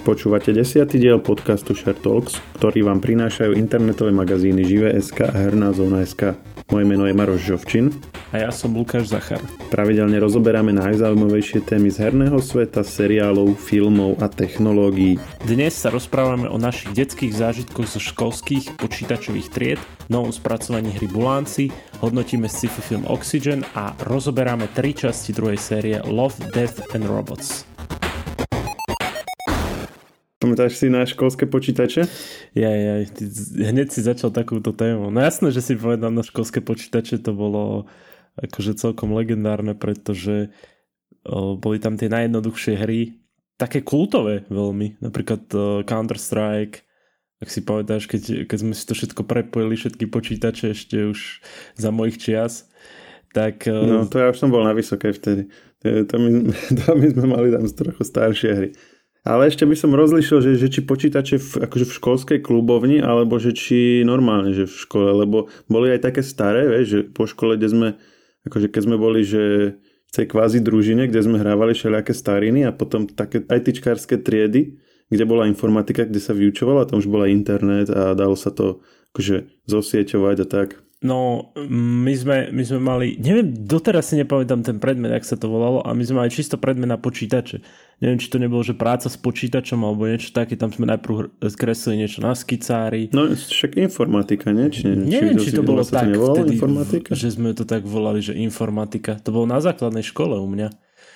Počúvate 10. diel podcastu Share Talks, ktorý vám prinášajú internetové magazíny Žive.sk a Herná zóna.sk. Moje meno je Maroš Žovčin. A ja som Lukáš Zachar. Pravidelne rozoberáme najzaujímavejšie témy z herného sveta, seriálov, filmov a technológií. Dnes sa rozprávame o našich detských zážitkoch zo školských počítačových tried, novom spracovaní hry Bulánci, hodnotíme sci-fi film Oxygen a rozoberáme 3 časti druhej série Love, Death and Robots. Pamätáš si na školské počítače? Ty hneď si začal takúto tému. No jasné, že si povedal na školské počítače, to bolo akože celkom legendárne, pretože boli tam tie najjednoduchšie hry, také kultové veľmi, napríklad Counter-Strike, ak si pamätáš, keď sme si to všetko prepojili, všetky počítače ešte už za mojich čias, tak... No to ja už som bol na vysokej vtedy. To my sme mali tam trochu staršie hry. Ale ešte by som rozlišil, že či počítače akože v školskej klubovni, alebo že či normálne, že v škole, lebo boli aj také staré, vieš, že po škole, kde sme, akože keď sme boli, že v tej kvázi družine, kde sme hrávali všelijaké stariny a potom také ITčkárske triedy, kde bola informatika, kde sa vyučovala, tam už bola internet a dalo sa to akože zosieťovať a tak. No, my sme mali, neviem, doteraz si nepamätám ten predmet, jak sa to volalo, a my sme mali čisto predmet na počítače. Neviem, či to nebolo, že práca s počítačom alebo niečo také, tam sme najprv skreslili niečo na skicári. No, však informatika, nie? Neviem, či to bolo tak vtedy, informatika? Že sme to tak volali, že informatika. To bolo na základnej škole u mňa.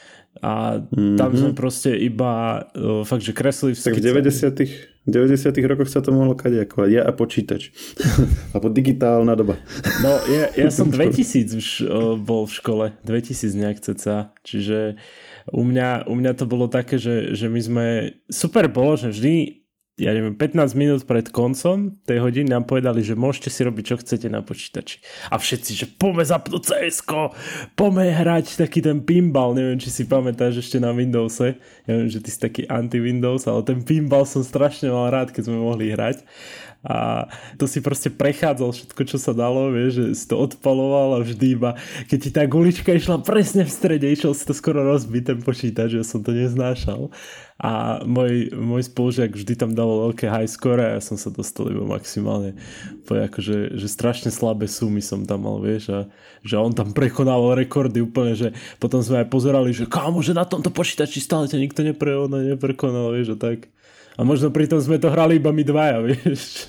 A tam sme proste iba fakt, že kreslili v skicári. V 90. rokoch sa to mohlo kadejakovať. Ja a počítač. Alebo digitálna doba. No, ja som 2000 už bol v škole. 2000 nejak cca. Čiže u mňa to bolo také, že my sme... Super bolo, že vždy, ja neviem, 15 minút pred koncom tej hodiny nám povedali, že môžete si robiť, čo chcete na počítači. A všetci, že poďme zapnúť CS-ko, poďme hrať taký ten pinball. Neviem, či si pamätáš ešte na Windowse. Ja viem, že ty si taký anti-Windows, ale ten pinball som strašne mal rád, keď sme mohli hrať. A to si proste prechádzal všetko, čo sa dalo, vieš, že si to odpaloval a vždy iba, keď ti tá gulička išla presne v strede, išiel si to skoro rozbiť ten počítač, že som to neznášal. A môj spolužiak vždy tam dával veľké high score a ja som sa dostal iba maximálne akože, že strašne slabé sumy som tam mal, vieš, a že on tam prekonával rekordy úplne, že potom sme aj pozerali, že kámo, že na tomto počítači stále ťa nikto neprekonal, vieš, a tak. A možno pritom sme to hrali iba my dvaja, vieš.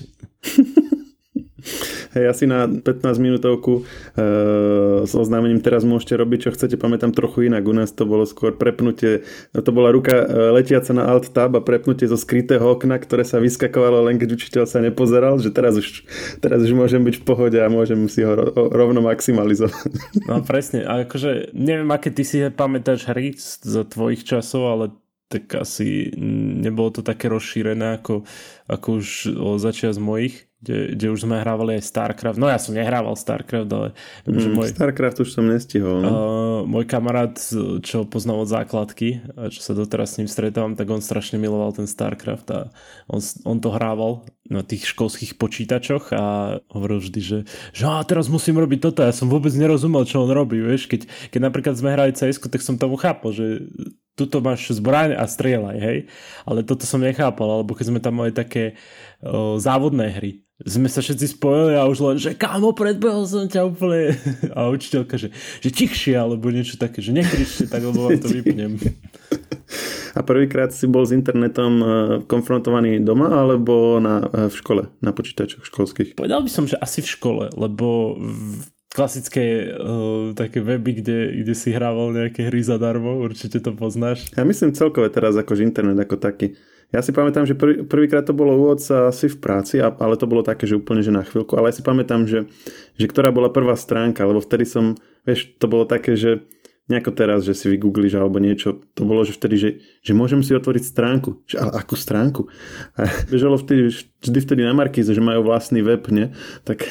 Hej, asi na 15 minútovku s oznámením teraz môžete robiť, čo chcete. Pamätám trochu inak. U nás to bolo skôr prepnutie. To bola ruka letiaca na Alt Tab a prepnutie zo skrytého okna, ktoré sa vyskakovalo len keď učiteľ sa nepozeral, že teraz už môžem byť v pohode a môžem si ho rovno maximalizovať. No presne. A akože neviem, aké ty si pamätáš hry z tvojich časov, ale tak asi nebolo to také rozšírené ako už začiat z mojich, kde už sme hrávali aj StarCraft. No ja som nehrával StarCraft, ale StarCraft už som nestihol. No? Môj kamarát, čo poznal od základky a čo sa doteraz s ním stretávam, tak on strašne miloval ten StarCraft a on to hrával na tých školských počítačoch a hovoril vždy, že teraz musím robiť toto. Ja som vôbec nerozumel, čo on robí. Vieš? Keď napríklad sme hrali CS-ku, tak som tomu chápal, že tuto máš zbraň a strieľaj, hej. Ale toto som nechápal, alebo keď sme tam mali také závodné hry. Sme sa všetci spojili a už len, že kámo, predbehol som ťa úplne. A učiteľka, že tichšie, alebo niečo také, že nekričte tak, lebo vám to vypnem. A prvýkrát si bol s internetom konfrontovaný doma, alebo v škole, na počítačoch školských? Povedal by som, že asi v škole, lebo klasické také weby, kde si hrával nejaké hry zadarmo, určite to poznáš. Ja myslím celkové teraz akože internet ako taký. Ja si pamätám, že prvýkrát to bolo u otca asi v práci, ale to bolo také, že úplne že na chvíľku, ale ja si pamätám, že ktorá bola prvá stránka, lebo vtedy som, vieš, to bolo také, že nejako teraz, že si vygoogliš alebo niečo, to bolo, že vtedy, že môžem si otvoriť stránku. Ale akú stránku? A bežalo vždy vtedy na Markíze, že majú vlastný web, nie? Tak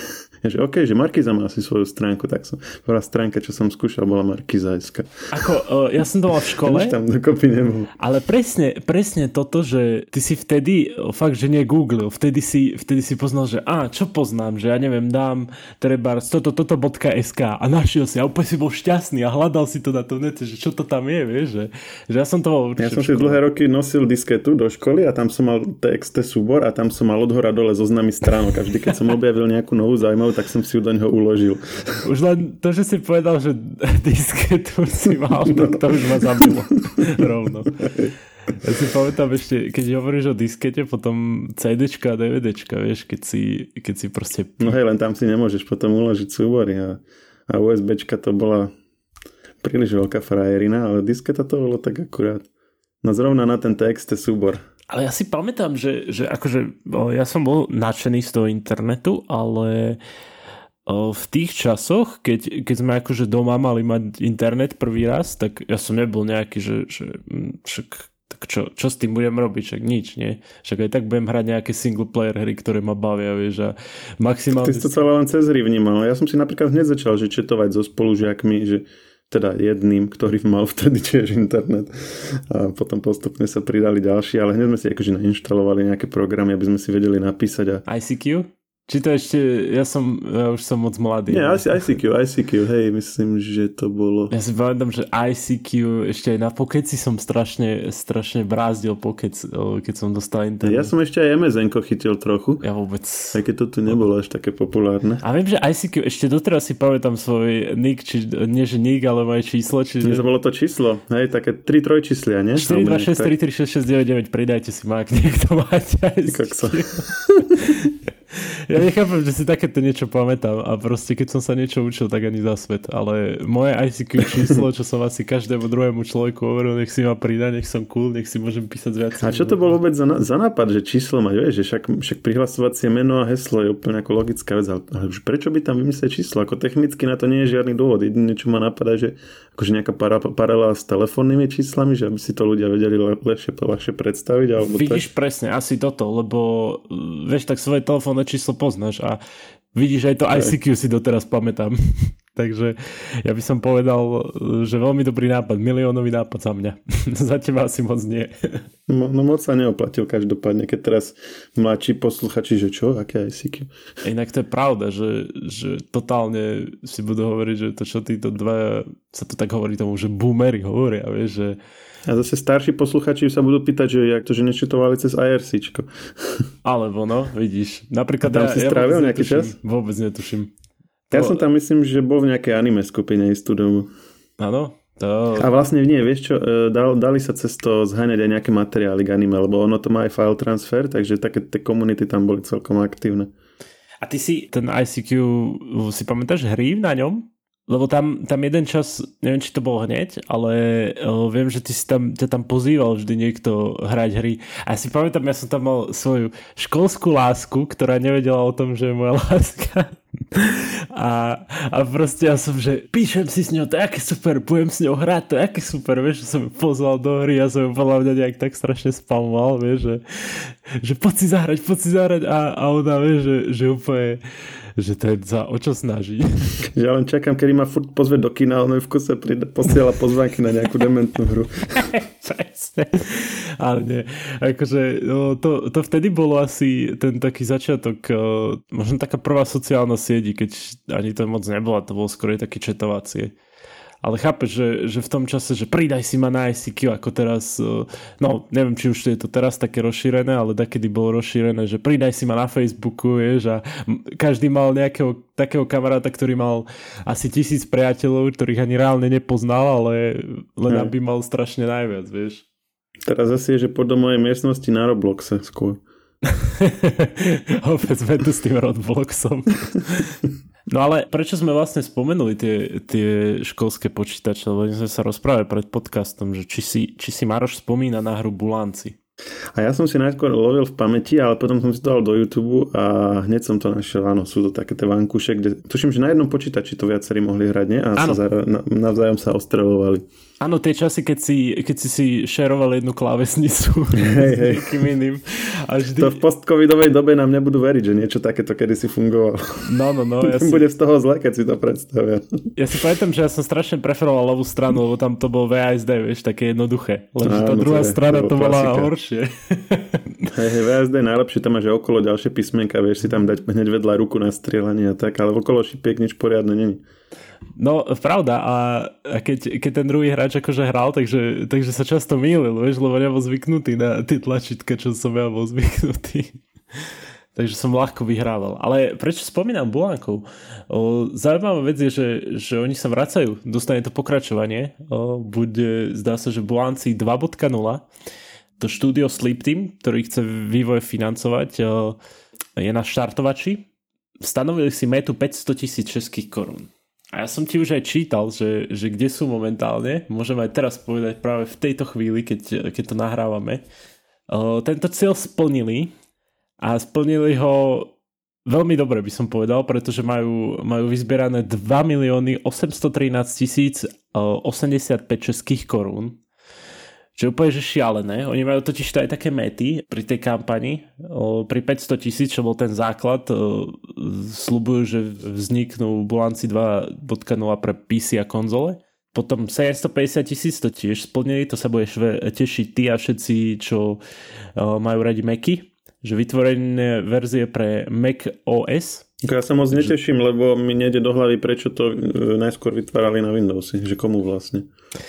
Ja, že OK, že Markíza má asi svoju stránku, tak som prvá stránka, čo som skúšal, bola Markíza.sk. Ja som to mal v škole, tam dokopy nebol. ale presne toto, že ty si vtedy fakt, že negooglil, vtedy si poznal, že čo poznám, že ja neviem, dám trebárs toto.sk a našiel si a úplne si bol šťastný a hľadal si to na tom nete, že čo to tam je, vieš, že ja som to bol určite. Ja som si dlhé roky nosil disketu do školy a tam som mal TXT súbor a tam som mal od hora dole zoznamy stránok. Každý, keď som objavil nejakú novú zaujímavú, tak som si ju do neho uložil. Už len to, že si povedal, že disketu si mal, tak to už ma zabilo rovno. Ja si pamätám ešte, keď hovoríš o diskete, potom CDčka a DVDčka, vieš, keď si proste... No hej, len tam si nemôžeš potom uložiť súbory a USBčka to bola príliš veľká frajerina, ale disketa to bolo tak akurát. No zrovna na ten TXT súbor. Ale ja si pamätám, že akože ja som bol nadšený z toho internetu, ale v tých časoch, keď sme akože doma mali mať internet prvý raz, tak ja som nebol nejaký, že však tak čo s tým budem robiť, však nič, nie? Však aj tak budem hrať nejaké single player hry, ktoré ma bavia, vieš, a maximálne... Ty si to celé len cez hry vnímal. Ja som si napríklad hneď začal, že četovať so spolužiakmi, že teda jedným, ktorý mal vtedy tiež internet a potom postupne sa pridali ďalší, ale hneď sme si akože nainštalovali nejaké programy, aby sme si vedeli napísať. ICQ? Či to ešte, ja už som moc mladý. Nie, ICQ, hej, myslím, že to bolo... Ja si pamätám, že ICQ, ešte aj na Pokeci som strašne brázdil Pokec, keď som dostal internet. Ja som ešte aj MSN-ko chytil trochu. Ja vôbec... Aj keď to tu nebolo až také populárne. A viem, že ICQ, ešte doteraz si pamätám svoj nick, nie že nick, ale moje číslo, čiže... To bolo to číslo, hej, také 3 trojčíslia, nie? 4, 2, 6, 3, 3, 6, 6, 9, 9, pridajte si ma, ak niekto máte ICQ. Ja nechápam, že si takéto niečo pamätám a proste keď som sa niečo učil, tak ani za svet, ale moje ICQ číslo, čo som asi každému druhému človeku hovoril, nech si ma pridá, nech som cool, nech si môžem písať viac. A čo to bolo vôbec za nápad, že číslo mať, vieš, že však prihlasovacie meno a heslo je úplne ako logická vec, ale prečo by tam vymyslieť číslo? Ako technicky na to nie je žiadny dôvod. Jedine, čo ma napadá, že akože nejaká paralela s telefónnymi číslami, že aby si to ľudia vedeli ľahšie predstaviť. Alebo vidíš tak? Presne, asi toto, lebo vieš, tak svoje telefónne číslo poznáš a vidíš, aj to ICQ si doteraz pamätám. Takže ja by som povedal, že veľmi dobrý nápad, miliónový nápad za mňa. Za teba asi moc nie. No moc sa neoplatil každopádne, keď teraz mladší posluchači, že čo, aké ICQ? Inak to je pravda, že totálne si budú hovoriť, že to čo títo dva, sa to tak hovorí tomu, že boomery hovoria, vieš, že... A zase starší posluchači sa budú pýtať, že jak to, že nečutovali cez IRCčko. Alebo no, vidíš. Napríklad tam si strávil nejaký čas? Vôbec netuším. Ja som tam myslím, že bol v nejakej anime skupine istú dobu. Áno. A vlastne nie, vieš čo, dali sa cez to zháňať aj nejaké materiály k anime, lebo ono to má aj file transfer, takže také tie komunity tam boli celkom aktívne. A ty si ten ICQ, si pamätáš hry na ňom? Lebo tam jeden čas, neviem, či to bolo hneď, ale viem, že ťa tam pozýval vždy niekto hrať hry. A ja si pamätám, ja som tam mal svoju školskú lásku, ktorá nevedela o tom, že je moja láska. A proste ja som, že píšem si s ňou, to je aké super, budem s ňou hrať, to je aké super, vieš, že som ju pozval do hry, ja som ju podľa mňa nejak tak strašne spamoval, vieš, že poď si zahrať a ona, vieš, že úplne, že to je o čo snaží. Ja len čakám, kedy ma furt pozve do kina, ale v kuse posiela pozvánky na nejakú dementnú hru. Presne. Ale nie, akože to vtedy bolo asi ten taký začiatok, možno taká prvá sociálna sieť, keď ani to moc nebola, to bolo skôr také četovacie. Ale chápeš, že v tom čase, že pridaj si ma na ICQ, ako teraz, no neviem, či už je to teraz také rozšírené, ale takedy bolo rozšírené, že pridaj si ma na Facebooku, vieš, a každý mal nejakého takého kamaráta, ktorý mal asi 1000 priateľov, ktorých ani reálne nepoznal, ale len aby mal strašne najviac, vieš. Teraz asi je, že podľa mojej miestnosti na Robloxe skôr. Opäť sme tu s tým Robloxom. No ale prečo sme vlastne spomenuli tie školské počítače? Lebo sme sa rozprávali pred podcastom, že či si Maroš spomína na hru Bulanci. A ja som si najskôr lovil v pamäti, ale potom som si to dal do YouTube a hneď som to našiel. Áno, sú to také tie vankúše, kde tuším, že na jednom počítači to viacerí mohli hrať, nie? A sa navzájom sa ostreľovali. Áno, tie časy, keď si šeroval jednu klávesnicu s niekým iným. A vždy... To v postcovidovej dobe nám nebudú veriť, že niečo takéto kedysi fungovalo. No. Bude z toho zle, keď si to predstavia. Ja si pamätám, že ja som strašne preferoval ľavú stranu, lebo tam to bol VASD, vieš, také jednoduché. Lenže tá druhá strana to bola horšie. VASD je najlepšie, tam máš okolo ďalšie písmenka, vieš si tam dať hneď vedľa ruku na strieľanie a tak, ale okolo šipiek nič poriadne není. No, pravda, a keď ten druhý hráč akože hral, takže sa často mýlil, vieš, lebo nebol zvyknutý na tie tlačítka, čo som ja bol zvyknutý. Takže som ľahko vyhrával. Ale prečo spomínam Bulánkov? Zaujímavá vec je, že oni sa vracajú, dostane to pokračovanie, zdá sa, že Bulánci 2.0, to štúdio Sleep Team, ktorý chce vývoj financovať, je na štartovači. Stanovili si metu 500 000 českých korún. A ja som ti už aj čítal, že kde sú momentálne. Môžem aj teraz povedať práve v tejto chvíli, keď to nahrávame. Tento cieľ splnili a splnili ho veľmi dobre, by som povedal, pretože majú vyzbierané 2 813 085 českých korún. Čo je úplne že šialené. Oni majú totiž to aj také mety pri tej kampani. Pri 500 000, čo bol ten základ, sľubujú, že vzniknú Bulánci 2.0 pre PC a konzole. Potom 750 000 to tiež splnili, to sa budeš tešiť ty a všetci, čo majú radi Macy, že vytvorené verzie pre Mac OS. Ja sa moc neteším, lebo mi nejde do hlavy, prečo to najskôr vytvárali na Windowsy, že komu vlastne.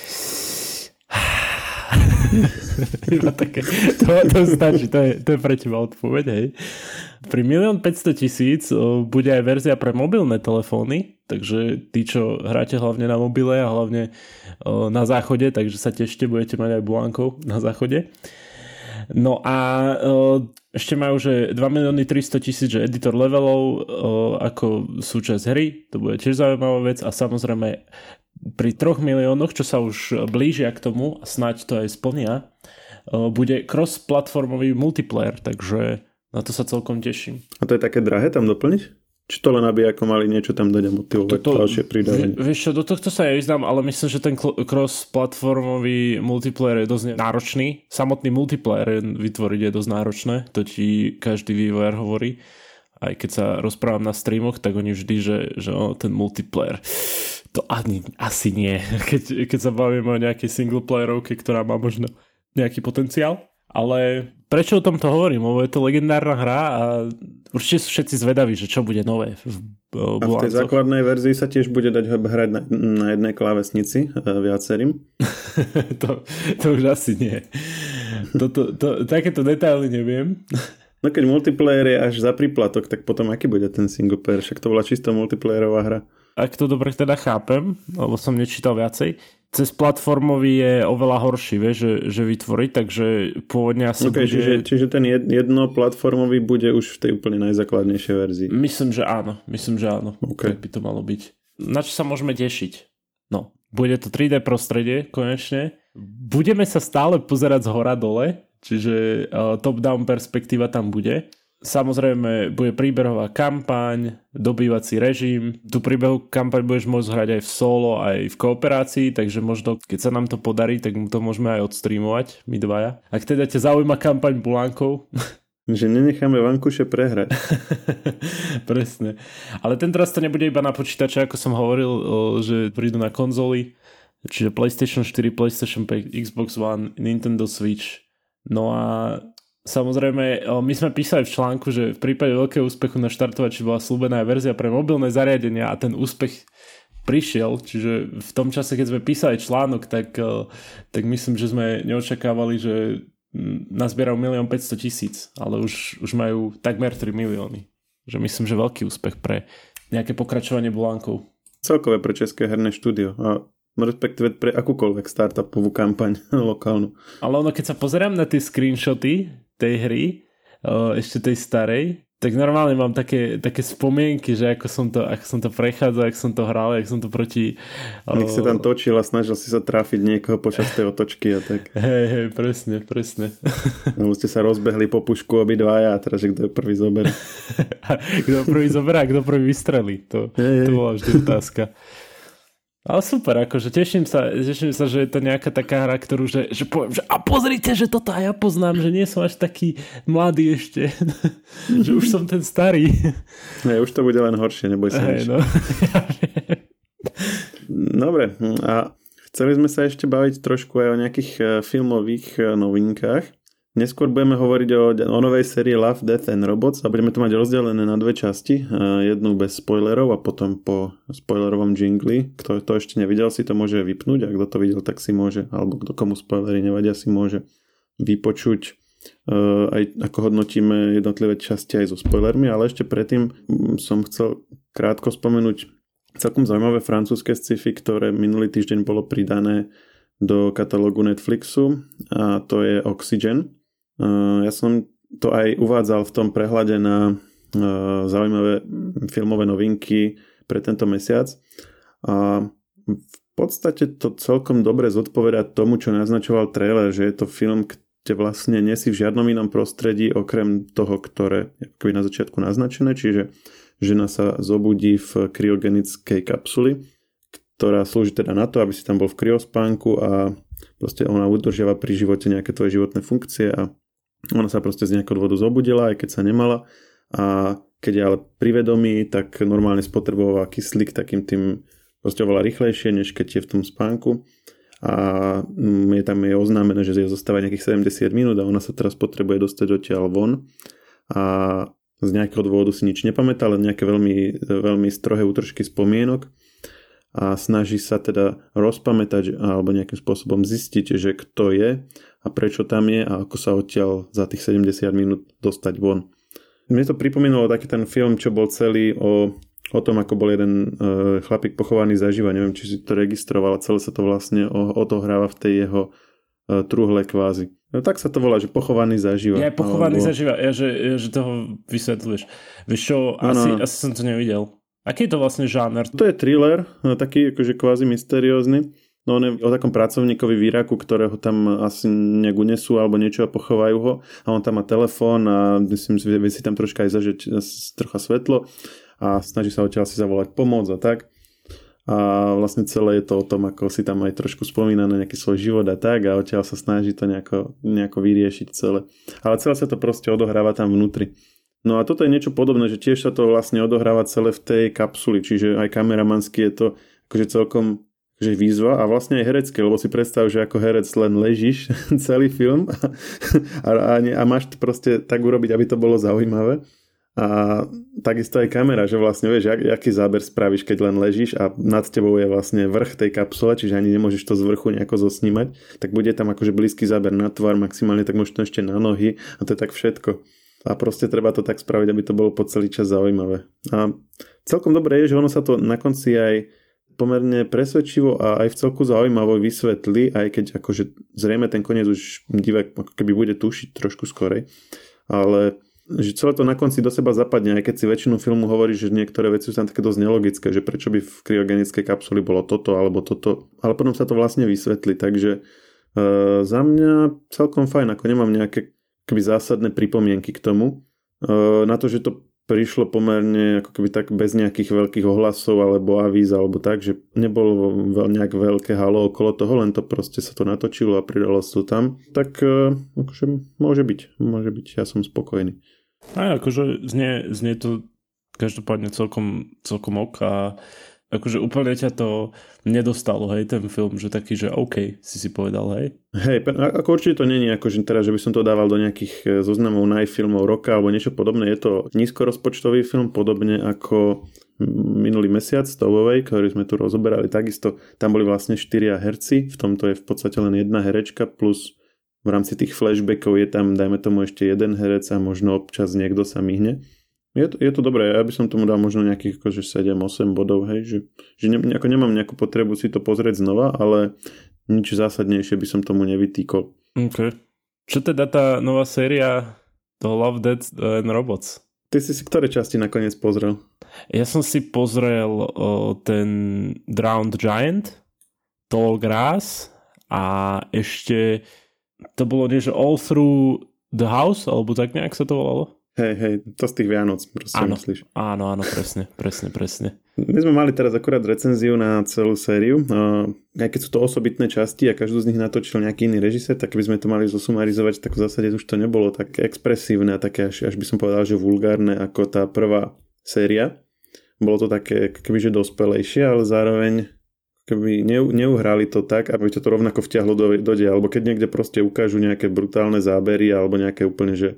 Také, to stačí, to je pre teba odpoveď, hej. Pri 1 500 000 bude aj verzia pre mobilné telefóny, takže tí, čo hráte hlavne na mobile a hlavne na záchode, takže sa tešte, budete mať aj Bulánkov na záchode. No a ešte majú, že 2 300 000 že editor levelov ako súčasť hry, to bude tiež zaujímavá vec a samozrejme pri 3 miliónoch, čo sa už blížia k tomu a snáď to aj splnia, bude cross-platformový multiplayer, takže na to sa celkom teším. A to je také drahé tam doplniť? Či to len aby ako mali niečo tam dať a motivovať ďalšie pridávanie? Vieš čo, do tohto sa ja vyznám, ale myslím, že ten cross-platformový multiplayer je dosť náročný. Samotný multiplayer vytvoriť je dosť náročné, to ti každý vývojar hovorí. Aj keď sa rozprávam na streamoch, tak oni vždy, že ten multiplayer to asi nie. Keď sa bavíme o nejakej singleplayerovke, ktorá má možno nejaký potenciál. Ale prečo o tomto hovorím? Lebo je to legendárna hra a určite sú všetci zvedaví, že čo bude nové v Buláncoch. A v tej základnej verzii sa tiež bude dať hrať na jednej klávesnici viacerým? to už asi nie. Takéto detaily neviem. No keď multiplayer je až za príplatok, tak potom aký bude ten single player? Však to bola čisto multiplayerová hra. Ak to dobre teda chápem, lebo som nečítal viacej, cez platformový je oveľa horší, vieš, že vytvoriť, takže pôvodne asi bude... Čiže ten jednoplatformový bude už v tej úplne najzákladnejšej verzii. Myslím, že áno. Okay. Tak by to malo byť. Na čo sa môžeme tešiť? No, bude to 3D prostredie, konečne. Budeme sa stále pozerať z hora dole, čiže top-down perspektíva tam bude. Samozrejme, bude príbehová kampaň, dobývací režim. Tú príbehovú kampaň budeš môcť hrať aj v solo, aj v kooperácii, takže možno, keď sa nám to podarí, tak to môžeme aj odstreamovať, my dvaja. Ak teda ťa zaujíma kampaň Bulánkov... Že nenecháme vankuše prehrať. Presne. Ale tentoraz to nebude iba na počítače, ako som hovoril, že prídu na konzoly, čiže PlayStation 4, PlayStation 5, Xbox One, Nintendo Switch. No a samozrejme, my sme písali v článku, že v prípade veľkého úspechu na štartovači bola slúbená aj verzia pre mobilné zariadenia a ten úspech prišiel, čiže v tom čase, keď sme písali článok, tak myslím, že sme neočakávali, že nazbierajú 1 500 000, ale už majú takmer 3 milióny. Že myslím, že veľký úspech pre nejaké pokračovanie Bulánkov. Celkové pre české herné štúdio a respektíve pre akúkoľvek startupovú kampaň lokálnu. Ale ono, keď sa pozerám na tie screenshoty tej hry, ešte tej starej, tak normálne mám také spomienky, že ako som to prechádzal, ako som to hral, ako som to proti... Nech si tam točil a snažil si sa trafiť niekoho počas tej otočky a tak. Hej, presne. No, ste sa rozbehli po pušku obidvaja a teraz, že kto je prvý zoberie. Kto prvý zoberie a kto prvý vystrelí. To bola vždy otázka. Ale super, akože teším sa, že je to nejaká taká hra, ktorú, že poviem, že a pozrite, že toto aj ja poznám, že nie som až taký mladý ešte, že už som ten starý. Ne, už to bude len horšie, neboj sa. No. Dobre, a chceli sme sa ešte baviť trošku aj o nejakých filmových novinkách. Neskôr budeme hovoriť o novej sérii Love, Death and Robots a budeme to mať rozdelené na dve časti. Jednu bez spoilerov a potom po spoilerovom jingli. Kto to ešte nevidel, si to môže vypnúť a kto to videl, tak si môže, alebo kto komu spoilery nevadia, si môže vypočuť aj ako hodnotíme jednotlivé časti aj so spoilermi, ale ešte predtým som chcel krátko spomenúť celkom zaujímavé francúzske sci-fi, ktoré minulý týždeň bolo pridané do katalógu Netflixu a to je Oxygen. Ja som to aj uvádzal v tom prehľade na zaujímavé filmové novinky pre tento mesiac a v podstate to celkom dobre zodpovedá tomu, čo naznačoval trailer, že je to film, kde vlastne nie si v žiadnom inom prostredí okrem toho, ktoré je na začiatku naznačené, čiže žena sa zobudí v kryogenickej kapsuli, ktorá slúži teda na to, aby si tam bol v kryospánku a proste ona udržiava pri živote nejaké tvoje životné funkcie a ona sa proste z nejakého dôvodu zobudila, aj keď sa nemala a keď je ale pri vedomí, tak normálne spotrebováva kyslík takým tým proste oveľa rýchlejšie, než keď je v tom spánku a je tam jej oznámené, že je zostáva nejakých 70 minút a ona sa teraz potrebuje dostať odtiaľ von a z nejakého dôvodu si nič nepamätá, len nejaké veľmi, veľmi strohé útržky spomienok a snaží sa teda rozpamätať alebo nejakým spôsobom zistiť, že kto je a prečo tam je a ako sa odtiaľ za tých 70 minút dostať von. Mne to pripomínalo taký ten film, čo bol celý o tom, ako bol jeden chlapík pochovaný zaživa. Neviem, či si to registroval, celé sa to vlastne odohráva v tej jeho truhle kvázi. No tak sa to volá, že pochovaný zaživa. Ja pochovaný zaživa, že toho vysvetľuješ. Vieš čo, asi som to nevidel. Aký je to vlastne žáner? To je thriller, taký akože kvázi mysteriózny. No on je o takom pracovníkovi v Iraku, ktorého tam asi nejak unesú alebo niečo a pochovajú ho. A on tam má telefón a myslím, že vie si tam troška aj zažiť trocha svetlo a snaží sa odtiaľ si zavolať pomoc a tak. A vlastne celé je to o tom, ako si tam aj trošku spomína na nejaký svoj život a tak a odtiaľ sa snaží to nejako vyriešiť celé. Ale celé sa to proste odohráva tam vnútri. No a toto je niečo podobné, že tiež sa to vlastne odohráva celé v tej kapsuli, čiže aj kameramansky je to akože celkom akože výzva a vlastne aj herecké, lebo si predstav, že ako herec len ležíš celý film a máš to proste tak urobiť, aby to bolo zaujímavé. A takisto aj kamera, že vlastne vieš, aký záber spravíš, keď len ležíš a nad tebou je vlastne vrch tej kapsule, čiže ani nemôžeš to z vrchu nejako zosnímať, tak bude tam akože blízky záber na tvár, maximálne tak možno ešte na nohy a to je tak všetko. A proste treba to tak spraviť, aby to bolo po celý čas zaujímavé. A celkom dobré je, že ono sa to na konci aj pomerne presvedčivo a aj v celku zaujímavo vysvetlí, aj keď akože zrejme ten koniec už divák ako keby bude tušiť trošku skorej. Ale že celé to na konci do seba zapadne, aj keď si väčšinu filmu hovorí, že niektoré veci sú tam také dosť nelogické, že prečo by v kryogenickej kapsuli bolo toto alebo toto, ale potom sa to vlastne vysvetlí, takže za mňa celkom fajn, ako nemám nejaké keby zásadné pripomienky k tomu. Na to, že to prišlo pomerne ako keby tak bez nejakých veľkých ohlasov alebo avíz alebo tak, že nebolo nejak veľké halo okolo toho, len to proste sa to natočilo a pridalo sa to tam, tak akože môže byť, ja som spokojný. A akože znie to každopádne celkom ok a akože úplne ťa to nedostalo, hej, ten film, že taký, že OK, si povedal, hej? Hej, ako určite to nie je ako, že teraz, že by som to dával do nejakých zoznamov najfilmov roka alebo niečo podobné. Je to nízkorozpočtový film, podobne ako minulý mesiac Stovovej, ktorý sme tu rozoberali. Takisto tam boli vlastne 4 herci, v tomto je v podstate len jedna herečka, plus v rámci tých flashbackov je tam, dajme tomu, ešte jeden herec a možno občas niekto sa myhne. Je to dobré, ja by som tomu dal možno nejakých akože 7-8 bodov, hej, že nemám nejakú potrebu si to pozrieť znova, ale nič zásadnejšie by som tomu nevytýkol. OK. Čo teda tá nová séria toho Love, Death and Robots? Ty si ktoré časti nakoniec pozrel? Ja som si pozrel ten Drowned Giant, Tall Grass a ešte to bolo niečo All Through the House, alebo tak nejak sa to volalo? Hej, to z tých Vianoc proste áno, myslíš. Áno, presne. My sme mali teraz akurát recenziu na celú sériu, aj keď sú to osobitné časti a každú z nich natočil nejaký iný režisér, tak keby sme to mali zosumarizovať, tak v zásade už to nebolo tak expresívne a také až by som povedal, že vulgárne ako tá prvá séria. Bolo to také kebyže dospelejšie, ale zároveň keby neuhrali to tak, aby to rovnako vtiahlo do deja, alebo keď niekde proste ukážu nejaké brutálne zábery alebo nejaké úplne že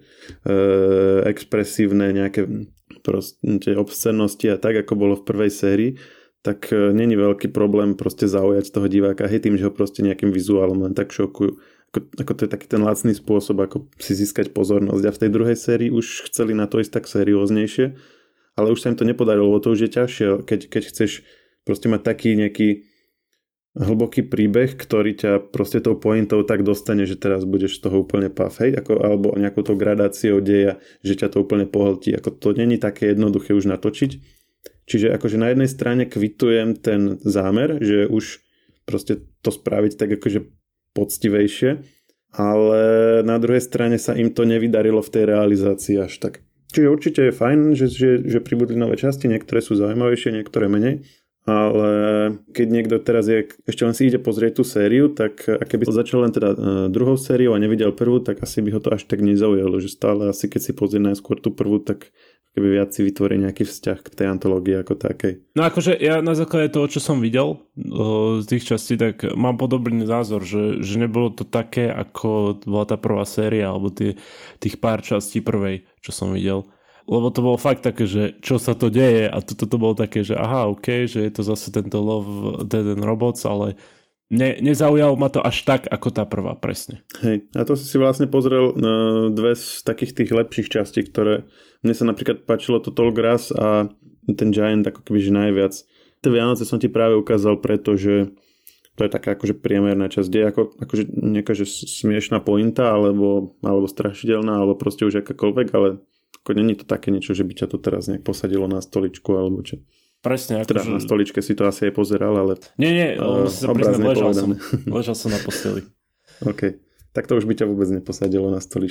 expresívne nejaké proste obscennosti a tak, ako bolo v prvej sérii, tak není veľký problém proste zaujať toho diváka, hej, tým, že ho proste nejakým vizuálom len tak šokujú. Ako to je taký ten lacný spôsob, ako si získať pozornosť. A v tej druhej sérii už chceli na to ísť tak serióznejšie, ale už sa im to nepodarilo, lebo to už je ťažšie, keď chceš proste mať taký nejaký hlboký príbeh, ktorý ťa proste tou pointou tak dostane, že teraz budeš z toho úplne paf, hej? Alebo nejakou tou gradáciou deja, že ťa to úplne pohltí. Ako to není také jednoduché už natočiť. Čiže akože na jednej strane kvitujem ten zámer, že už proste to spraviť tak akože poctivejšie, ale na druhej strane sa im to nevydarilo v tej realizácii až tak. Čiže určite je fajn, že pribudli nové časti, niektoré sú zaujímavejšie, niektoré menej. Ale keď niekto teraz ešte len si ide pozrieť tú sériu, tak a keby začal len teda druhou sériou a nevidel prvú, tak asi by ho to až tak nezaujalo, že stále asi keď si pozrie najskôr tú prvú, tak keby viac si vytvorí nejaký vzťah k tej antológii ako takej. No akože ja na základe toho, čo som videl z tých častí, tak mám podobný názor, že nebolo to také, ako bola tá prvá séria, alebo tých pár častí prvej, čo som videl. Lebo to bolo fakt také, že čo sa to deje a toto bolo také, že aha, OK, že je to zase tento Love, Dead and Robots, ale nezaujalo ma to až tak, ako tá prvá, presne. Hej, a to si vlastne pozrel dve z takých tých lepších častí, ktoré mne sa napríklad páčilo to Tallgrass a ten Giant ako kebyže najviac. Tie Vianoce som ti práve ukázal, pretože to je taká akože priemerná časť, kde je akože nejaká že smiešná pointa alebo strašidelná, alebo proste už akákoľvek, ale ako není to také niečo, že by ťa to teraz nejak posadilo na stoličku alebo čo. Presne. Teda na stoličke si to asi aj pozeral, ale Nie, si sa priznám, ležal som na posteli. OK, tak to už by ťa vôbec neposadilo na stoličku.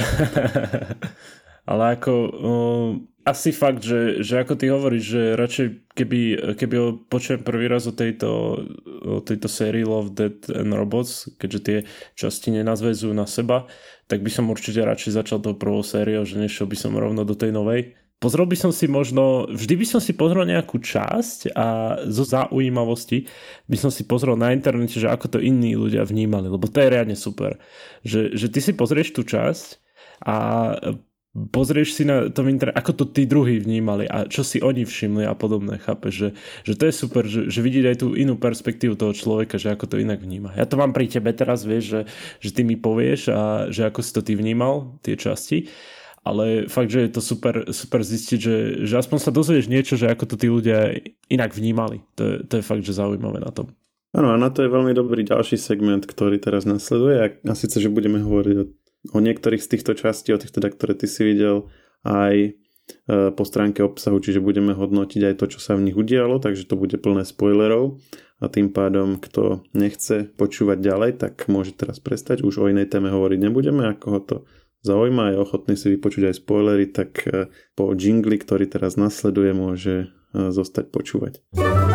Ale ako asi fakt, že ako ty hovoríš, že radšej keby ho počujem prvý raz o tejto sérii Love, Dead and Robots, keďže tie časti nenazväzujú na seba, tak by som určite radšej začal tou prvou sériou, že nešiel by som rovno do tej novej. Pozrel by som si vždy by som si pozrel nejakú časť a zo zaujímavosti by som si pozrel na internete, že ako to iní ľudia vnímali, lebo to je riadne super. Že ty si pozrieš tú časť a pozrieš si na tom internete, ako to tí druhí vnímali a čo si oni všimli a podobné, chápeš, že to je super, že vidieť aj tú inú perspektívu toho človeka, že ako to inak vníma. Ja to mám pri tebe teraz, vieš, že ty mi povieš a že ako si to ty vnímal, tie časti, ale fakt, že je to super zistiť, že aspoň sa dozvieš niečo, že ako to tí ľudia inak vnímali. To je fakt, že zaujímavé na tom. Áno, a na to je veľmi dobrý ďalší segment, ktorý teraz nasleduje a síce, že budeme hovoriť o niektorých z týchto častí, o týchto, ktoré ty si videl, aj po stránke obsahu, čiže budeme hodnotiť aj to, čo sa v nich udialo, takže to bude plné spoilerov a tým pádom, kto nechce počúvať ďalej, tak môže teraz prestať, už o inej téme hovoriť nebudeme, ako ho to zaujíma, je ochotný si vypočuť aj spoilery, tak po jingli, ktorý teraz nasleduje, môže zostať počúvať.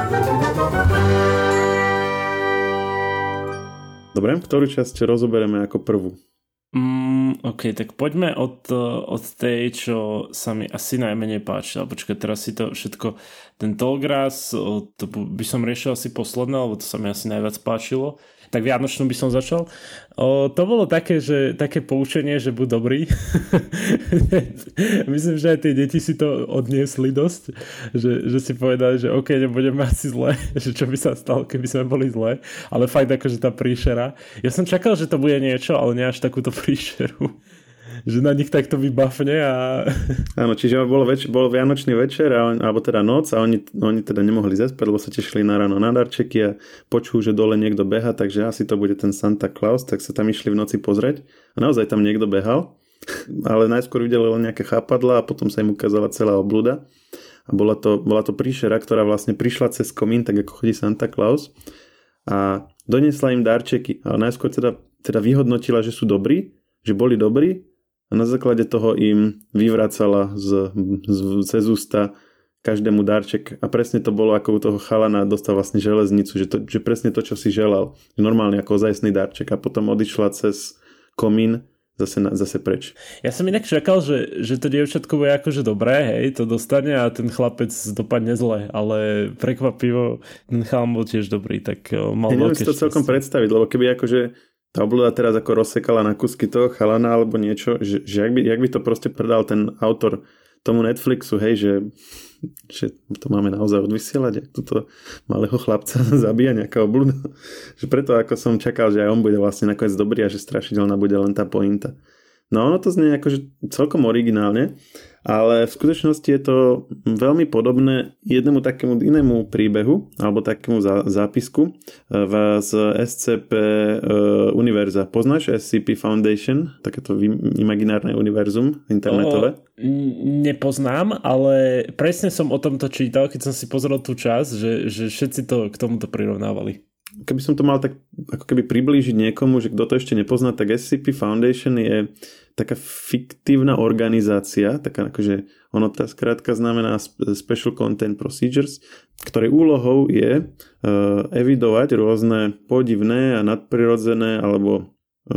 Dobre, ktorú časť rozoberieme ako prvú? OK, tak poďme od tej, čo sa mi asi najmenej páčila. Počkaj, teraz si to všetko, ten Tallgrass, to by som riešil asi posledné, lebo to sa mi asi najviac páčilo. Tak Vianočnú by som začal. To bolo také poučenie, že buď dobrý. Myslím, že aj tie deti si to odniesli dosť, že si povedali, že OK, nebudeme asi zle, že čo by sa stalo, keby sme boli zle, ale fakt akože tá príšera. Ja som čakal, že to bude niečo, ale nie až takúto príšeru. Že na nich takto vybafne a... Áno, čiže bol vianočný večer alebo teda noc a oni teda nemohli zaspať, lebo sa tešili na ráno na darčeky a počujú, že dole niekto beha, takže asi to bude ten Santa Claus, tak sa tam išli v noci pozrieť a naozaj tam niekto behal, ale najskôr videli len nejaké chápadlá a potom sa im ukázala celá obluda a bola to príšera, ktorá vlastne prišla cez komín, tak ako chodí Santa Claus a doniesla im darčeky, ale najskôr teda vyhodnotila, že sú dobrí, že boli dobrí. a na základe toho im vyvracala cez ústa každému darček a presne to bolo ako u toho chalana dostal vlastne železnicu, že presne to, čo si želal, normálne ako ozajstný darček a potom odišla cez komín zase preč. Ja som inak čakal, že to dievčatko bude akože dobré, hej, to dostane a ten chlapec dopadne zle, ale prekvapivo ten chalan bol tiež dobrý, tak mal veľké šťastie. Neviem si to celkom predstaviť, lebo keby akože tá obluda teraz ako rozsekala na kusky toho chalana alebo niečo, že jak by to proste predal ten autor tomu Netflixu, hej, že to máme naozaj odvysielať, jak túto malého chlapca zabíja nejaká obluda. Že preto ako som čakal, že aj on bude vlastne nakoniec dobrý a že strašidelná bude len tá pointa. No ono to znie akože celkom originálne, ale v skutočnosti je to veľmi podobné jednému takému inému príbehu alebo takému zápisku z SCP univerza. Poznáš SCP Foundation? Takéto imaginárne univerzum internetové? Nepoznám, ale presne som o tomto čítal, keď som si pozrel tú časť, že všetci to k tomuto prirovnávali. Keby som to mal tak ako keby priblížiť niekomu, že kto to ešte nepozná, tak SCP Foundation je taká fiktívna organizácia, taká akože ono tá skrátka znamená Special Content Procedures, ktorej úlohou je evidovať rôzne podivné a nadprirodzené alebo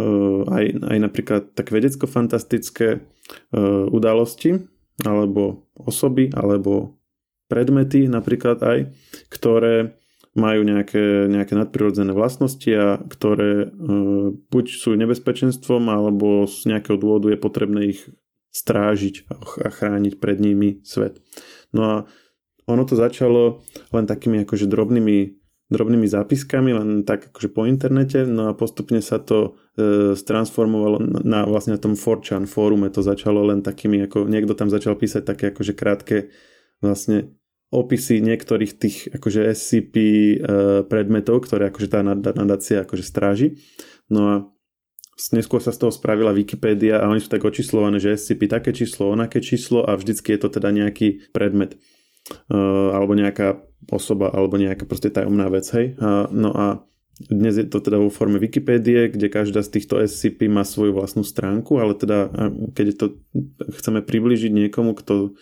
aj napríklad tak vedecko-fantastické udalosti alebo osoby alebo predmety napríklad aj, ktoré majú nejaké nadprirodzené vlastnosti a ktoré buď sú nebezpečenstvom, alebo z nejakého dôvodu je potrebné ich strážiť a chrániť pred nimi svet. No a ono to začalo len takými akože drobnými zápiskami, len tak akože po internete, no a postupne sa to transformovalo vlastne na tom 4chan fórume, to začalo len takými, ako niekto tam začal písať také akože krátke vlastne opisy niektorých tých akože SCP predmetov, ktoré akože tá nadácia akože stráži. No a neskôr sa z toho spravila Wikipédia a oni sú tak očíslované, že SCP také číslo, onaké číslo a vždycky je to teda nejaký predmet alebo nejaká osoba alebo nejaká proste tajomná vec, hej. No a dnes je to teda vo forme Wikipédie, kde každá z týchto SCP má svoju vlastnú stránku, ale teda keď to chceme priblížiť niekomu, kto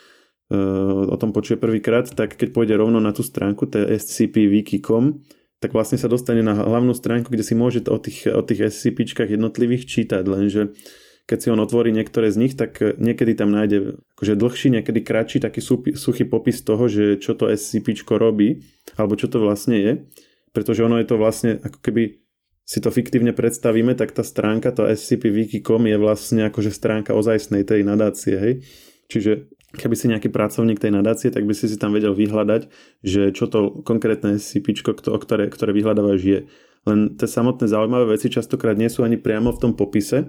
o tom počuje prvýkrát, tak keď pôjde rovno na tú stránku, to je scpwiki.com, tak vlastne sa dostane na hlavnú stránku, kde si môže o tých SCPčkách jednotlivých čítať, lenže keď si on otvorí niektoré z nich, tak niekedy tam nájde akože dlhší, niekedy kratší taký suchý popis toho, že čo to SCPčko robí, alebo čo to vlastne je, pretože ono je to vlastne, ako keby si to fiktívne predstavíme, tak tá stránka, to scpwiki.com je vlastne akože stránka ozajstnej tej nadácie, hej. Čiže keby si nejaký pracovník tej nadácie, tak by si tam vedel vyhľadať, že čo to konkrétne SCPčko, ktoré vyhľadávaš je. Len tie samotné zaujímavé veci častokrát nie sú ani priamo v tom popise,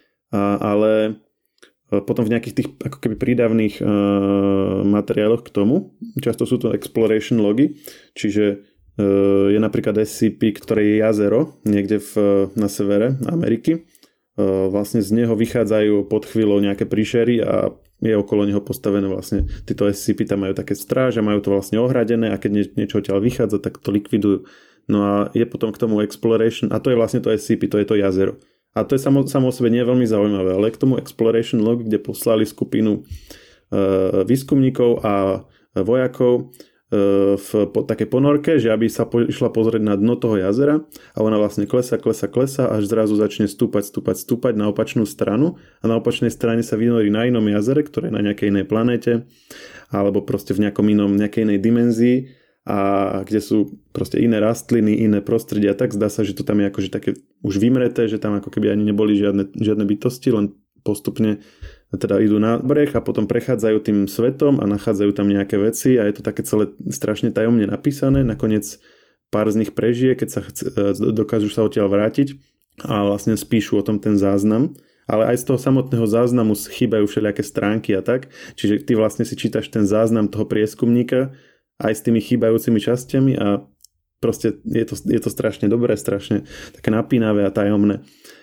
ale potom v nejakých tých ako keby prídavných materiáloch k tomu. Často sú to exploration logy, čiže je napríklad SCP, ktoré je jazero niekde na severe Ameriky. Vlastne z neho vychádzajú pod chvíľou nejaké príšery a je okolo neho postavené vlastne títo SCP, tam majú také stráže, majú to vlastne ohradené a keď niečo odtiaľ vychádza, tak to likvidujú. No a je potom k tomu exploration a to je vlastne to SCP, to je to jazero. A to je samo o sebe nie veľmi zaujímavé, ale k tomu exploration log, kde poslali skupinu výskumníkov a vojakov v takej ponorke, že aby sa išla pozrieť na dno toho jazera a ona vlastne klesá, až zrazu začne stúpať na opačnú stranu a na opačnej strane sa vynorí na inom jazere, ktoré je na nejakej inej planéte alebo proste v nejakej inej dimenzii a kde sú proste iné rastliny, iné prostredia, tak zdá sa, že to tam je akože také už vymreté, že tam ako keby ani neboli žiadne bytosti, len postupne teda idú na breh a potom prechádzajú tým svetom a nachádzajú tam nejaké veci a je to také celé strašne tajomne napísané. Nakoniec pár z nich prežije, keď sa dokážu sa odtiaľ vrátiť a vlastne spíšu o tom ten záznam. Ale aj z toho samotného záznamu chýbajú všelijaké stránky a tak. Čiže ty vlastne si čítaš ten záznam toho prieskumníka aj s tými chýbajúcimi časťami a proste je to strašne dobré, strašne také napínavé a tajomné.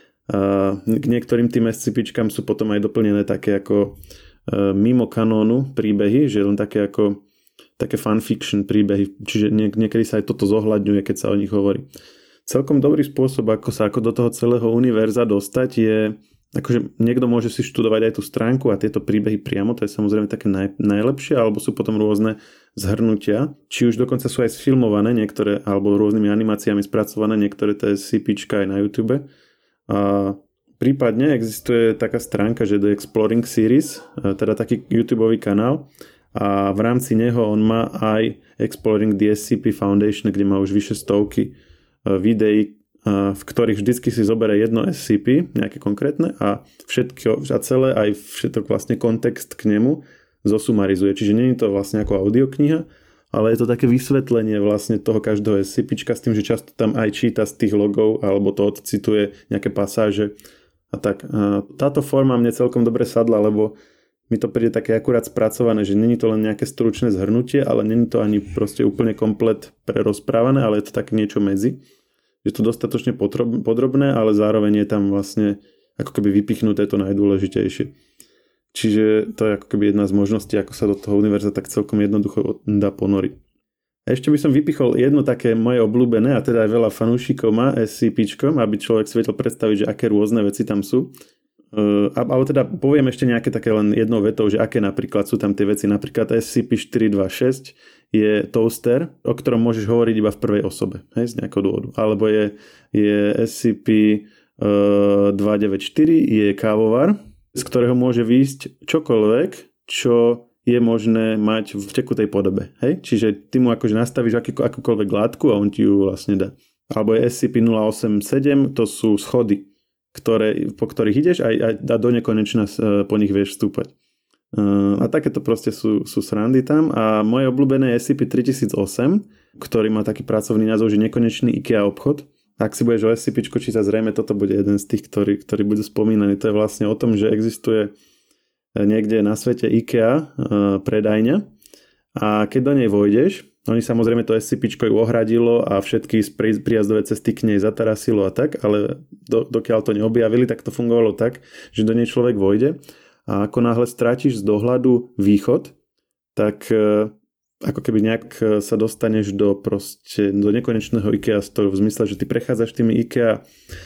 K niektorým tým SCPčkám sú potom aj doplnené také ako mimo kanónu príbehy, že len také fanfiction príbehy, čiže niekedy sa aj toto zohľadňuje, keď sa o nich hovorí. Celkom dobrý spôsob, ako sa do toho celého univerza dostať je akože niekto môže si študovať aj tú stránku a tieto príbehy priamo, to je samozrejme také najlepšie, alebo sú potom rôzne zhrnutia, či už dokonca sú aj sfilmované niektoré, alebo rôznymi animáciami spracované, niektoré to je CPčka aj na YouTube. A prípadne existuje taká stránka, že The Exploring Series, teda taký YouTubeový kanál, a v rámci neho on má aj Exploring the SCP Foundation, kde má už vyše stovky videí, v ktorých vždycky si zoberie jedno SCP, nejaké konkrétne, a celé aj všetok vlastne kontext k nemu zosumarizuje. Čiže nie je to vlastne ako audiokniha, ale je to také vysvetlenie vlastne toho každého SCPčka s tým, že často tam aj číta z tých logov alebo to odcituje nejaké pasáže a tak. Táto forma mne celkom dobre sadla, lebo mi to príde také akurát spracované, že není to len nejaké stručné zhrnutie, ale není to ani proste úplne komplet prerozprávané, ale je to také niečo medzi. Je to dostatočne podrobné, ale zároveň je tam vlastne ako keby vypichnuté to najdôležitejšie. Čiže to je ako keby jedna z možností, ako sa do toho univerza tak celkom jednoducho dá ponoriť. A ešte by som vypichol jedno také moje obľúbené, a teda aj veľa fanúšikov má SCPčkom, aby človek si vedel predstaviť, že aké rôzne veci tam sú. Ale teda poviem ešte nejaké také len jednou vetou, že aké napríklad sú tam tie veci. Napríklad SCP-426 je toaster, o ktorom môžeš hovoriť iba v prvej osobe, hej, z nejakého dôvodu. Alebo je SCP-294 je kávovar, z ktorého môže výjsť čokoľvek, čo je možné mať v tekutej podobe. Hej? Čiže ty mu akože nastavíš akúkoľvek látku a on ti ju vlastne dá. Alebo je SCP-087, to sú schody, po ktorých ideš a do nekonečna po nich vieš vstúpať. A takéto proste sú srandy tam. A moje obľúbené je SCP-3008, ktorý má taký pracovný názov, že nekonečný IKEA obchod. Ak si budeš o SCP-čku čítať, zrejme toto bude jeden z tých, ktorý bude spomínaný. To je vlastne o tom, že existuje niekde na svete IKEA predajňa a keď do nej vojdeš, oni samozrejme to SCP-čko ju ohradilo a všetky príjazdové cesty k nej zatarasilo a tak, ale dokiaľ to neobjavili, tak to fungovalo tak, že do nej človek vojde a ako náhle strátiš z dohľadu východ, tak ako keby nejak sa dostaneš do nekonečného IKEA storu, v zmysle, že ty prechádzaš tými IKEA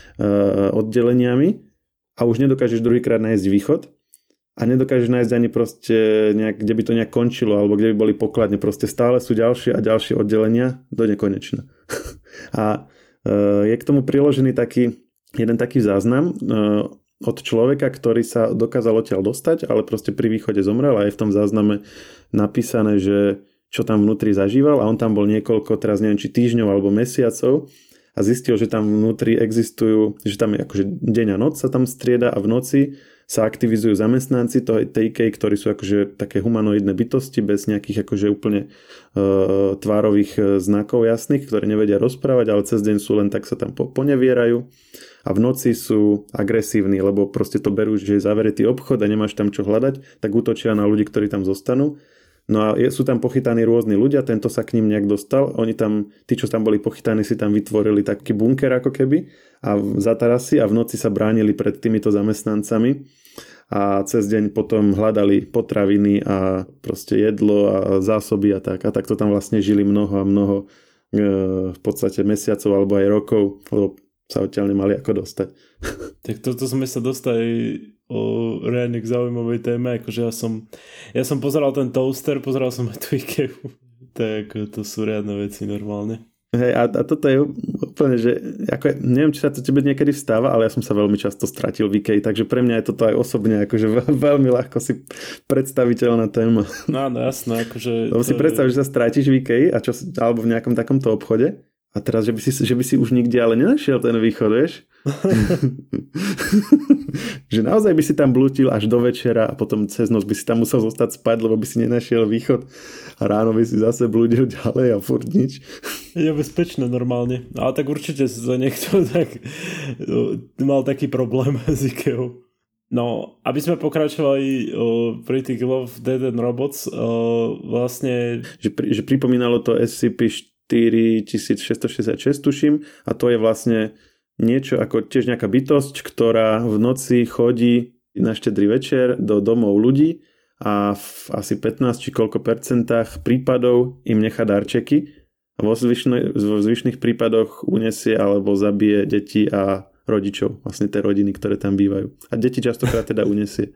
oddeleniami a už nedokážeš druhýkrát nájsť východ a nedokážeš nájsť ani proste nejak, kde by to nejak končilo alebo kde by boli pokladne. Proste stále sú ďalšie a ďalšie oddelenia do nekonečna. A je k tomu priložený jeden taký záznam od človeka, ktorý sa dokázal odtiaľ dostať, ale proste pri východe zomrel a je v tom zázname napísané, že čo tam vnútri zažíval a on tam bol niekoľko, teraz neviem, či týždňov alebo mesiacov a zistil, že tam vnútri existujú, že tam je akože deň a noc sa tam strieda a v noci sa aktivizujú zamestnanci tej IKEA, ktorí sú akože také humanoidné bytosti bez nejakých akože úplne tvárových znakov jasných, ktoré nevedia rozprávať, ale cez deň sú len tak sa tam ponevierajú a v noci sú agresívni, lebo proste to berú, že je zavretý obchod a nemáš tam čo hľadať, tak útočia na ľudí, ktorí tam zostanú. No a sú tam pochytaní rôzni ľudia, tento sa k ním nejak dostal, tí, čo tam boli pochytaní, si tam vytvorili taký bunker ako keby a zatarasy a v noci sa bránili pred týmito zamestnancami a cez deň potom hľadali potraviny a proste jedlo a zásoby a tak to tam vlastne žili mnoho a mnoho v podstate mesiacov alebo aj rokov, lebo sa odtiaľ nemali ako dostať. Tak toto sme sa dostali o reálne k zaujímavej téme, akože ja som pozeral ten toaster, pozeral som aj tú IKEA, tak to sú riadne veci normálne. Hej, a toto je úplne, že neviem, či sa to tebe niekedy stáva, ale ja som sa veľmi často stratil v IKEA, takže pre mňa je toto aj osobne akože veľmi ľahko si predstaviteľná téma. No, jasné, akože... Lebo si predstav, že sa strátiš v IKEA alebo v nejakom takomto obchode a teraz, že by si už nikde ale nenašiel ten východ, vieš? Že naozaj by si tam blútil až do večera a potom cez noc by si tam musel zostať spať, lebo by si nenašiel východ a ráno by si zase blúdil ďalej a furt nič. Je bezpečné normálne, ale tak určite sa niekto tak mal taký problém s IKEA. No, aby sme pokračovali pri tých Love, Dead and Robots, vlastne... Že pripomínalo to SCP-4666, tuším, a to je vlastne niečo ako tiež nejaká bytosť, ktorá v noci chodí na štedrý večer do domov ľudí a v asi 15 či koľko percentách prípadov im nechá darčeky a vo zvyšných prípadoch unesie alebo zabije deti a rodičov, vlastne tie rodiny, ktoré tam bývajú. A deti častokrát teda unesie.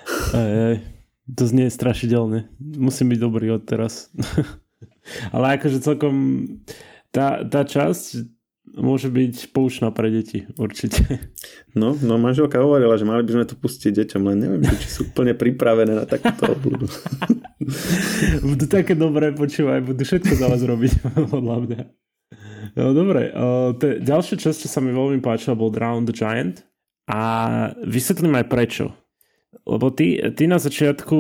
To znie strašidelne. Musím byť dobrý od teraz. Ale akože celkom tá časť môže byť poučná pre deti, určite. No, manželka hovorila, že mali by sme to pustiť deťom, len neviem, či sú úplne pripravené na takúto obľudu. Budú také dobré, počúvaj, budú všetko za vás robiť, podľa mňa. No dobre, ďalšia časť, čo sa mi veľmi páčila, bol Drown the Giant a vysvetlím aj prečo. Lebo ty na začiatku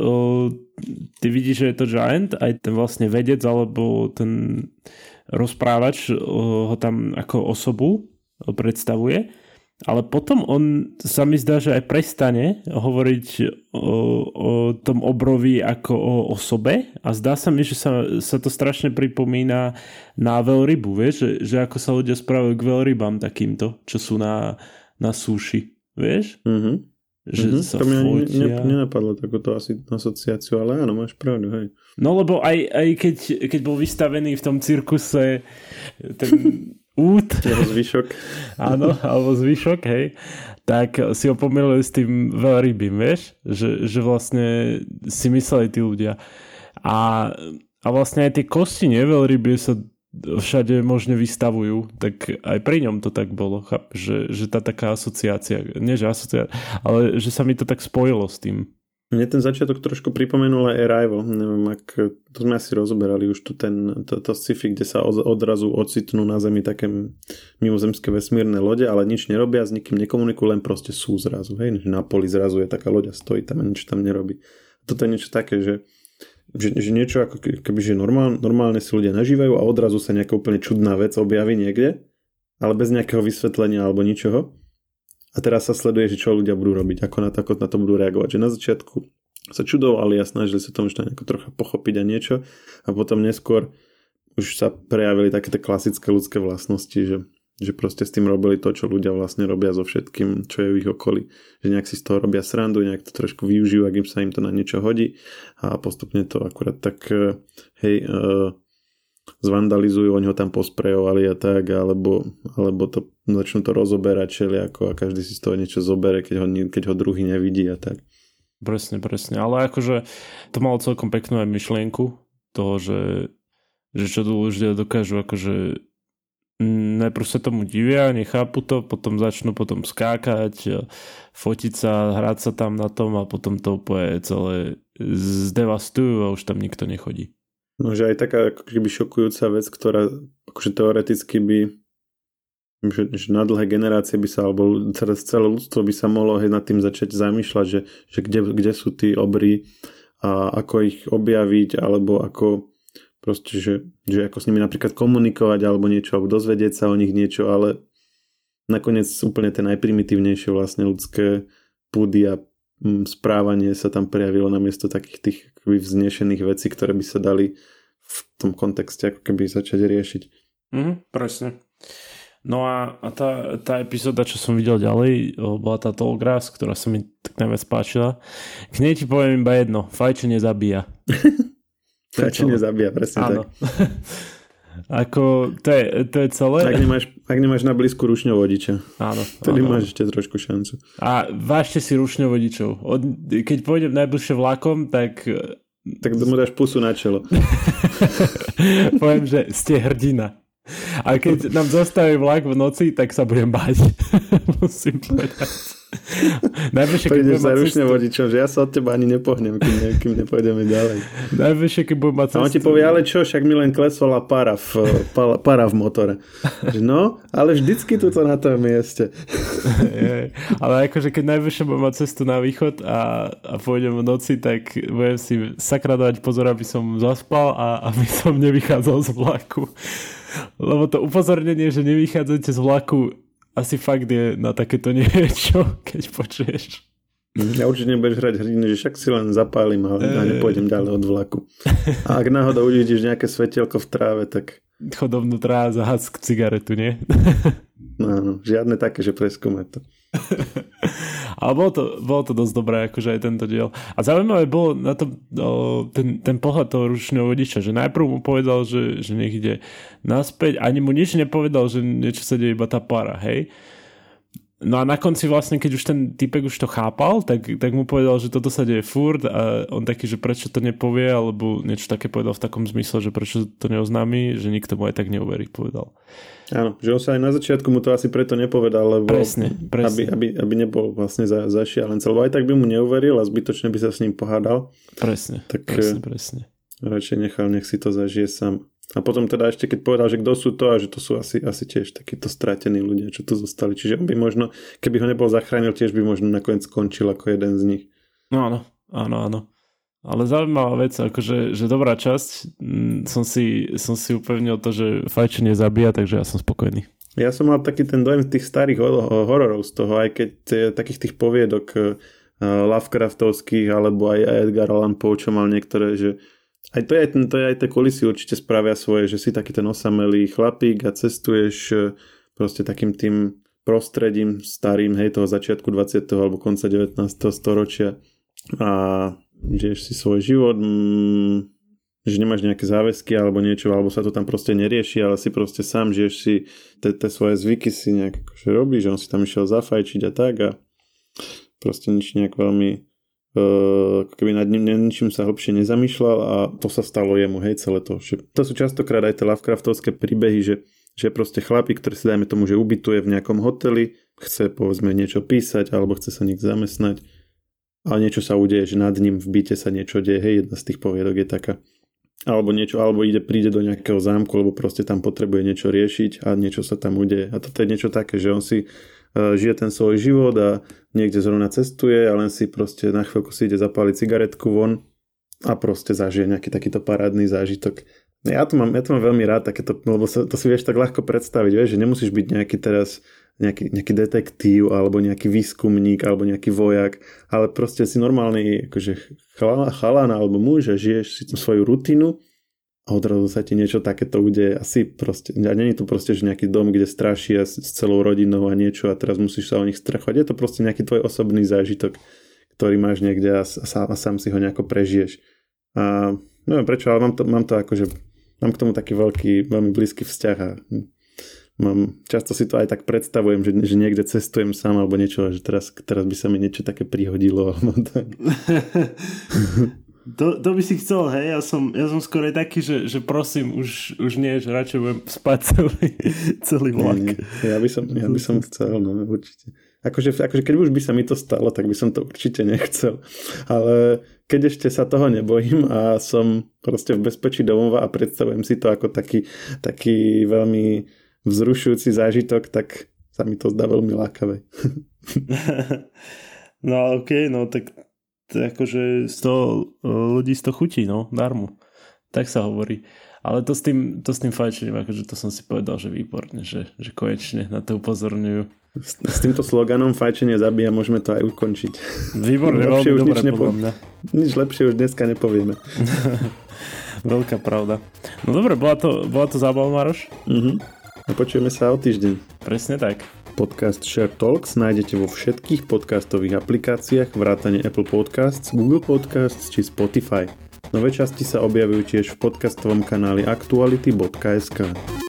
ty vidíš, že je to Giant, aj ten vlastne vedec alebo ten rozprávač ho tam ako osobu predstavuje, ale potom on sa mi zdá, že aj prestane hovoriť o tom obrovi ako o osobe a zdá sa mi, že sa to strašne pripomína na veľrybu, vieš, že ako sa ľudia správajú k veľrybám takýmto, čo sú na súši, vieš? Mhm. Že sa to mi fotia. nenapadlo takúto asi asociáciu, ale áno, máš pravdu, hej. No lebo aj keď bol vystavený v tom cirkuse ten út, jeho zvyšok. áno, alebo zvyšok, hej, tak si ho pomýlili s tým veľrybým, vieš, že vlastne si mysleli tí ľudia. A vlastne aj tie kosti veľryby sa všade možne vystavujú, tak aj pri ňom to tak bolo, že tá taká asociácia, nie že asociácia, ale že sa mi to tak spojilo s tým. Mne ten začiatok trošku pripomenul aj Arrival, neviem, to sme asi rozoberali už tu to sci-fi, kde sa odrazu ocitnú na Zemi také mimozemské vesmírne lode, ale nič nerobia, s nikým nekomunikujú, len proste sú zrazu, hej, na poli zrazu je taká loď a stojí tam a nič tam nerobí. Toto je niečo také, že niečo ako keby, že normálne si ľudia nažívajú a odrazu sa nejaká úplne čudná vec objaví niekde, ale bez nejakého vysvetlenia alebo ničoho. A teraz sa sleduje, že čo ľudia budú robiť, ako na to budú reagovať. Že na začiatku sa čudovali a snažili sa tomu ešte nejako trocha pochopiť a niečo a potom neskôr už sa prejavili také tie klasické ľudské vlastnosti, že proste s tým robili to, čo ľudia vlastne robia so všetkým, čo je v ich okolí. Že nejak si z toho robia srandu, nejak to trošku využijú, ak im sa im to na niečo hodí a postupne to akurát tak zvandalizujú, oni ho tam posprejovali a tak, alebo to začnú to rozoberať všelijako a každý si z toho niečo zobere, keď ho druhý nevidí a tak. Presne, ale akože to malo celkom peknú aj myšlienku toho, že čo ľudia dokážu akože najprv sa tomu divia, nechápu to, potom začnú skákať, fotiť sa, hrať sa tam na tom a potom to úplne celé zdevastujú a už tam nikto nechodí. No, že aj taká ako keby šokujúca vec, ktorá akože teoreticky by že na dlhé generácie by sa, alebo celé ľudstvo by sa mohlo nad tým začať zamýšľať, že kde sú tí obry a ako ich objaviť, alebo ako proste, že ako s nimi napríklad komunikovať alebo niečo, alebo dozvedieť sa o nich niečo, ale nakoniec úplne tie najprimitívnejšie vlastne ľudské púdy a správanie sa tam prejavilo namiesto takých tých vznešených vecí, ktoré by sa dali v tom kontexte ako keby začať riešiť. Presne. No a tá epizóda, čo som videl ďalej, bola tá Tallgrass, ktorá sa mi tak najviac páčila. K nej ti poviem iba jedno, fajče nezabíja. Fajče nezabíja, presne. Áno. Tak. Ako, to je celé. Ak nemáš na blízku rušňovodiča. Áno. Vtedy máš ešte trošku šancu. A vážte si rušňovodičov. Keď pôjdem najbližšie vlakom, tak mu dáš pusu na čelo. Poviem, že ste hrdina. A keď nám zastaví vlak v noci, tak sa budem báť. Musím povedať. Pôjdeš za rušňovodičom, že ja sa od teba ani nepohnem, kým nepôjdeme ďalej. Najvyššie, keď budem mať cestu. A on ti povie, ale čo, však mi len klesla para v motore. No, ale vždycky tuto na tom mieste. Ale akože keď najvyššie budem mať cestu na východ a pôjdem v noci, tak budem si sakra dať pozor, aby som zaspal a aby som nevychádzal z vlaku. Lebo to upozornenie, že nevychádzate z vlaku, asi fakt je na takéto niečo, keď počuješ. Ja určite nebudeš hrať hrdinu, že však si len zapálim a nepôjdem ďalej od vlaku. A ak náhodou uvidíš nejaké svetielko v tráve, tak... Chodovnú tráva za hack cigaretu, nie? No, žiadne také, že preskúmať to. Ale bolo to dosť dobré, akože aj tento diel. A zaujímavé bolo na to ten pohľad toho ručného vodiča, že najprv mu povedal, že nech ide naspäť, ani mu nič nepovedal, že niečo sa deje, iba tá para, hej? No a na konci vlastne, keď už ten typek už to chápal, tak mu povedal, že toto sa deje furt a on taký, že prečo to nepovie, alebo niečo také povedal v takom zmysle, že prečo to neoznámi, že nikto mu aj tak neuverí, povedal. Áno, že on sa aj na začiatku mu to asi preto nepovedal, lebo presne. Aby nebol vlastne za šialencel, lebo aj tak by mu neuveril a zbytočne by sa s ním pohádal. Presne, tak presne. Radšej nechal, nech si to zažije sám. A potom teda ešte keď povedal, že kto sú to a že to sú asi tiež takíto stratení ľudia, čo tu zostali. Čiže on by možno, keby ho nebol zachránil, tiež by možno nakoniec skončil ako jeden z nich. No áno. Ale zaujímavá vec, akože že dobrá časť, som si upevnil to, že fajčenie zabíja, takže ja som spokojný. Ja som mal taký ten dojem tých starých hororov z toho, aj keď takých tých poviedok Lovecraftovských, alebo aj Edgar Allan Poe, čo mal niektoré, že aj to je aj tie kulisy určite spravia svoje, že si taký ten osamelý chlapík a cestuješ proste takým tým prostredím starým, hej, toho začiatku 20. alebo konca 19. storočia a žiješ si svoj život, že nemáš nejaké záväzky alebo niečo, alebo sa to tam proste nerieši, ale si proste sám žiješ si tie svoje zvyky si nejak akože robíš, že on si tam išiel zafajčiť a tak a proste nič nejak veľmi keby nad ničím sa hlbšie nezamýšľal a to sa stalo jemu, hej, celé to. To sú častokrát aj tie Lovecraftovské príbehy, že proste chlapík, ktorý si dajme tomu, že ubytuje v nejakom hoteli, chce povedzme niečo písať alebo chce sa niekde zamestnať a niečo sa udeje, že nad ním v byte sa niečo deje, hej, jedna z tých poviedok je taká. Alebo príde do nejakého zámku, lebo proste tam potrebuje niečo riešiť a niečo sa tam udeje. A toto je niečo také, že on si žije ten svoj život a niekde zrovna cestuje a len si proste na chvíľku si ide zapáliť cigaretku von a proste zažije nejaký takýto parádny zážitok. Ja to mám veľmi rád takéto, lebo to si vieš tak ľahko predstaviť, vieš, že nemusíš byť nejaký teraz nejaký detektív alebo nejaký výskumník alebo nejaký vojak, ale proste si normálny akože chalan alebo muž a žiješ si tú svoju rutinu a odrazu sa ti niečo takéto udeje. Asi proste, a nie je to proste, že nejaký dom, kde strašia s celou rodinou a niečo a teraz musíš sa o nich strachovať. Je to proste nejaký tvoj osobný zážitok, ktorý máš niekde a sám si ho nejako prežiješ. A neviem prečo, ale mám to akože, mám k tomu taký veľmi blízky vzťah a často si to aj tak predstavujem, že niekde cestujem sám alebo niečo a že teraz by sa mi niečo také prihodilo. To by si chcel, hej? Ja som skoro taký, že prosím, už nie, že radšej budem spať celý vlak. Nie. Ja by som chcel, no určite. Akože keď už by sa mi to stalo, tak by som to určite nechcel. Ale keď ešte sa toho nebojím a som proste v bezpečí domova a predstavujem si to ako taký veľmi vzrušujúci zážitok, tak sa mi to zdá veľmi lákavé. No okej, no tak akože 100 ľudí 100 chutí, no, darmo. Tak sa hovorí. Ale to s tým fajčením, akože to som si povedal, že výborne, že konečne na to upozorňujú. S týmto sloganom fajčenie zabíja, môžeme to aj ukončiť. Výborne, veľmi dobre podľa mňa. Nič lepšie už dneska nepovieme. Veľká pravda. No dobre, bola to zábava, Maroš? A počujeme sa o týždeň. Presne tak. Podcast Share Talks nájdete vo všetkých podcastových aplikáciách vrátane Apple Podcasts, Google Podcasts či Spotify. Nové časti sa objavujú tiež v podcastovom kanáli aktuality.sk.